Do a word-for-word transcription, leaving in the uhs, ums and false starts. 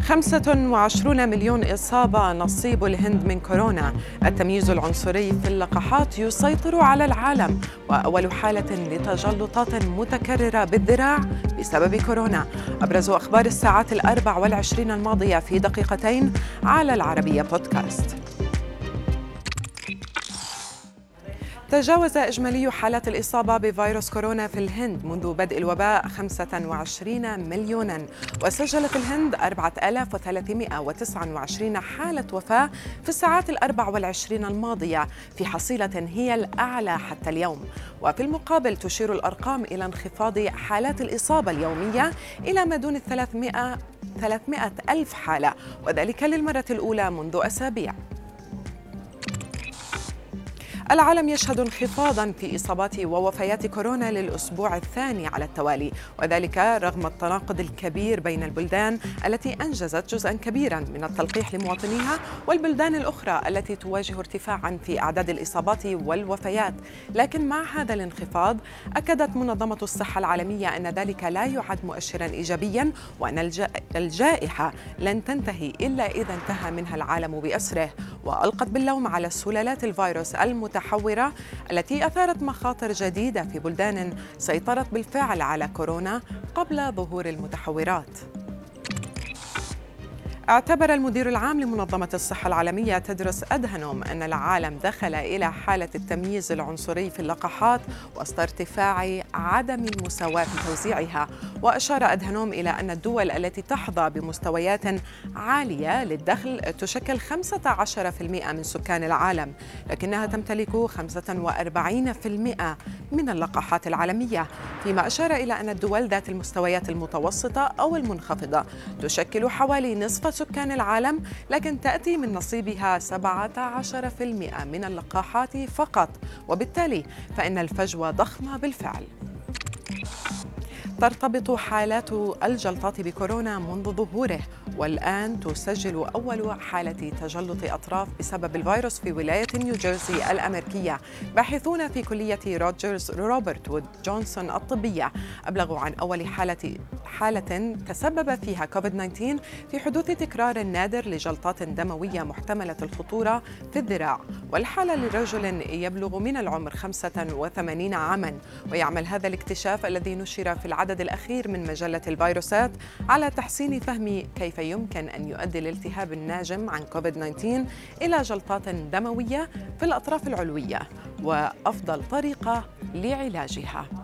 خمسة وعشرون مليون إصابة، نصيب الهند من كورونا. التمييز العنصري في اللقاحات يسيطر على العالم، وأول حالة لتجلطات متكررة بالذراع بسبب كورونا. أبرز أخبار الساعات الأربع والعشرين الماضية في دقيقتين على العربية بودكاست. تجاوز إجمالي حالات الإصابة بفيروس كورونا في الهند منذ بدء الوباء خمسة وعشرين مليوناً، وسجلت الهند أربعة آلاف وثلاثمائة وتسعة وعشرين حالة وفاة في الساعات الأربع والعشرين الماضية، في حصيلة هي الأعلى حتى اليوم. وفي المقابل تشير الأرقام إلى انخفاض حالات الإصابة اليومية إلى ما دون ثلاثمائة ألف حالة، وذلك للمرة الأولى منذ أسابيع. العالم يشهد انخفاضاً في إصابات ووفيات كورونا للأسبوع الثاني على التوالي، وذلك رغم التناقض الكبير بين البلدان التي أنجزت جزءاً كبيراً من التلقيح لمواطنيها والبلدان الأخرى التي تواجه ارتفاعاً في أعداد الإصابات والوفيات. لكن مع هذا الانخفاض أكدت منظمة الصحة العالمية أن ذلك لا يعد مؤشراً إيجابياً، وأن الجائحة لن تنتهي إلا إذا انتهى منها العالم بأسره، وألقت باللوم على سلالات الفيروس المتحورة التي أثارت مخاطر جديدة في بلدان سيطرت بالفعل على كورونا قبل ظهور المتحورات. اعتبر المدير العام لمنظمة الصحة العالمية تدرس أدهنوم أن العالم دخل إلى حالة التمييز العنصري في اللقاحات وسط ارتفاع عدم المساواة في توزيعها. وأشار أدهنوم إلى أن الدول التي تحظى بمستويات عالية للدخل تشكل خمسة عشر بالمئة من سكان العالم، لكنها تمتلك خمسة وأربعين بالمئة من اللقاحات العالمية، فيما أشار إلى أن الدول ذات المستويات المتوسطة أو المنخفضة تشكل حوالي نصف سكان العالم، لكن تأتي من نصيبها سبعة عشر بالمئة من اللقاحات فقط، وبالتالي فإن الفجوة ضخمة بالفعل. ترتبط حالات الجلطات بكورونا منذ ظهوره، والآن تسجل أول حالة تجلط أطراف بسبب الفيروس في ولاية نيوجيرسي الأمريكية. باحثون في كلية روجرز روبرت وود جونسون الطبية أبلغوا عن أول حالة حالة تسبب فيها كوفيد تسعة عشر في حدوث تكرار نادر لجلطات دموية محتملة الخطورة في الذراع، والحالة لرجل يبلغ من العمر خمسة وثمانين عاماً. ويعمل هذا الاكتشاف الذي نشر في العدد الأخير من مجلة الفيروسات على تحسين فهم كيف يمكن أن يؤدي الالتهاب الناجم عن كوفيد تسعة عشر إلى جلطات دموية في الأطراف العلوية، وأفضل طريقة لعلاجها.